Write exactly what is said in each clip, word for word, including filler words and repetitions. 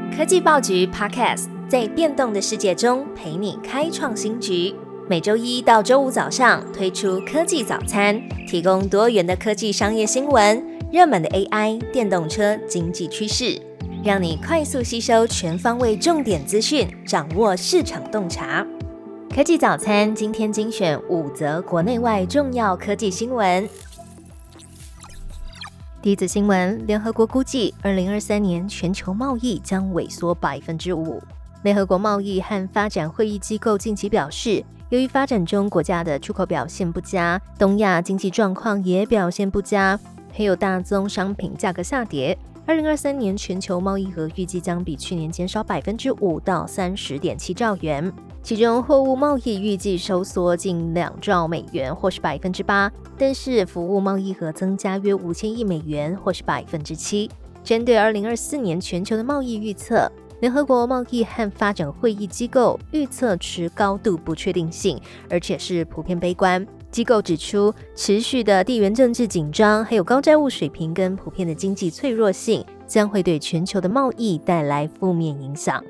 科技报局 Podcast 在变动的世界中陪你开创新局。每周一到周五早上推出科技早餐，提供多元的科技商业新闻、热门的 A I、电动车、经济趋势，让你快速吸收全方位重点资讯，掌握市场洞察。科技早餐今天精选五则国内外重要科技新闻。第一则新闻，联合国估计二零二三年全球贸易将萎缩 百分之五。 联合国贸易和发展会议机构近期表示，由于发展中国家的出口表现不佳，东亚经济状况也表现不佳，还有大宗商品价格下跌，二零二三年全球贸易额预计将比去年减少 百分之五 到 三十点七兆元，其中货物贸易预计收缩近两兆美元，或是 百分之八， 但是服务贸易额增加约五千亿美元，或是 百分之七。 针对二零二四年全球的贸易预测，联合国贸易和发展会议机构预测持高度不确定性，而且是普遍悲观。机构指出，持续的地缘政治紧张，还有高债务水平跟普遍的经济脆弱性，将会对全球的贸易带来负面影响。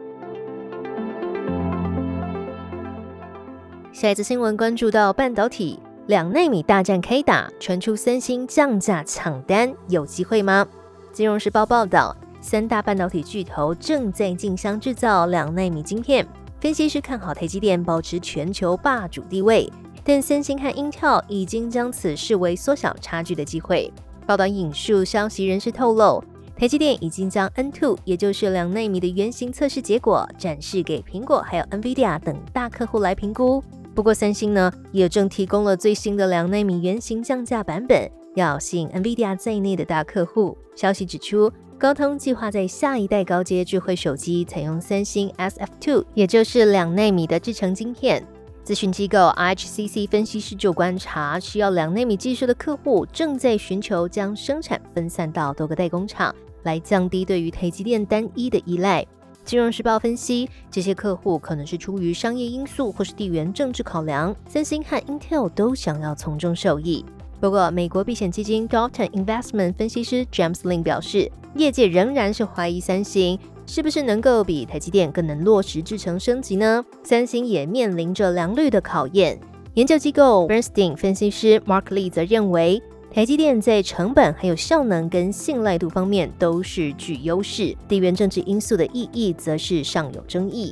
下一则新闻关注到半导体，两奈米大战开打，传出三星降价抢单，有机会吗？金融时报报道，三大半导体巨头正在竞相制造两奈米晶片，分析师看好台积电保持全球霸主地位，但三星和 Intel 已经将此视为缩小差距的机会。报道引述消息人士透露，台积电已经将 N 二， 也就是两奈米的原型测试结果展示给苹果还有 NVIDIA 等大客户来评估。不过三星呢，也正提供了最新的两奈米原型降价版本，要吸引 NVIDIA 在内的大客户。消息指出，高通计划在下一代高阶智慧手机采用三星 S F 二， 也就是两奈米的制程晶片。资讯机构 I H C C 分析师就观察，需要两奈米技术的客户正在寻求将生产分散到多个代工厂，来降低对于台积电单一的依赖。金融时报分析，这些客户可能是出于商业因素或是地缘政治考量，三星和 Intel 都想要从中受益。不过美国避险基金 Dalton Investment 分析师 James Lin 表示，业界仍然是怀疑三星是不是能够比台积电更能落实制程升级呢？三星也面临着良率的考验。研究机构 Bernstein 分析师 Mark Lee 则认为，台积电在成本还有效能跟信赖度方面都是具优势，地缘政治因素的意义则是尚有争议。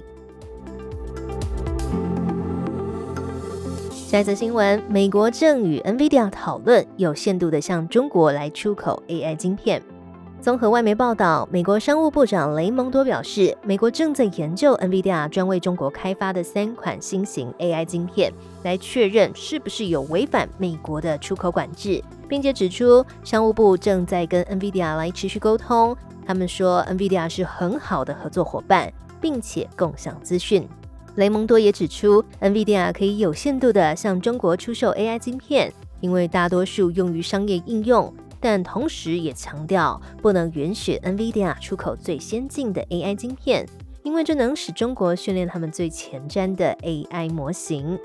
下一则新闻，美国正与 NVIDIA 讨论有限度的向中国来出口 A I 晶片。综合外媒报道，美国商务部长雷蒙多表示，美国正在研究 NVIDIA 专为中国开发的三款新型 A I 晶片，来确认是不是有违反美国的出口管制，并且指出商务部正在跟 NVIDIA 来持续沟通。他们说 NVIDIA 是很好的合作伙伴，并且共享资讯。雷蒙多也指出 NVIDIA 可以有限度的向中国出售 A I 晶片，因为大多数用于商业应用，但同时也强调不能允许 NVIDIA 出口最先进的 A I 晶片，因为这能使中国训练他们最前瞻的 A I 模型。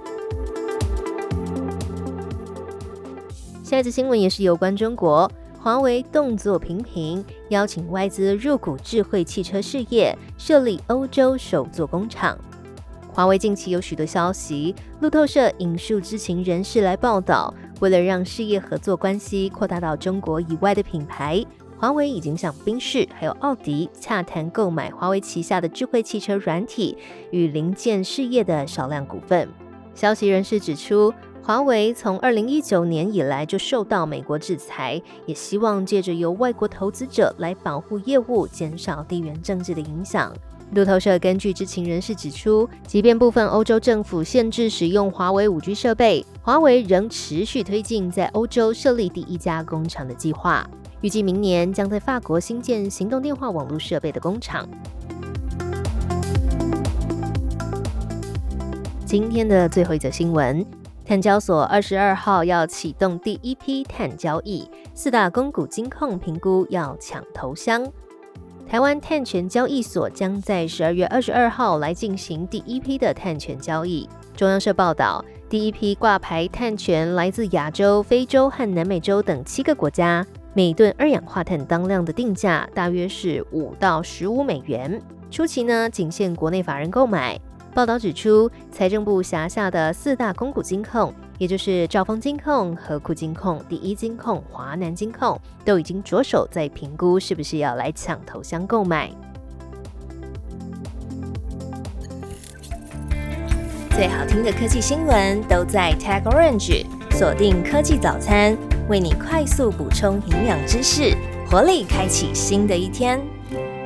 下一则新闻也是有关中国，华为动作频频，邀请外资入股智慧汽车事业，设立欧洲首座工厂。华为近期有许多消息，路透社引述知情人士来报道，为了让事业合作关系扩大到中国以外的品牌，华为已经向宾士还有奥迪洽谈购买华为旗下的智慧汽车软体与零件事业的少量股份。消息人士指出，华为从二零一九年以来就受到美国制裁，也希望借着由外国投资者来保护业务，减少地缘政治的影响。路透社根据知情人士指出，即便部分欧洲政府限制使用华为 五 G 设备，华为仍持续推进在欧洲设立第一家工厂的计划，预计明年将在法国新建行动电话网络设备的工厂。今天的最后一则新闻，碳交所二十二号要启动第一批碳交易，四大公股金控评估要抢头香。台湾碳权交易所将在十二月二十二号来进行第一批的碳权交易。中央社报道，第一批挂牌碳权来自亚洲、非洲和南美洲等七个国家， 每吨二氧化碳当量的定价大约是五到十五美元。初期呢，仅限国内法人购买。报道指出，财政部辖下的四大公股金控，也就是兆丰金控、合库金控、第一金控、华南金控，都已经着手在评估是不是要来抢头香购买。最好听的科技新闻都在 Tag Orange， 锁定科技早餐，为你快速补充营养知识，活力开启新的一天。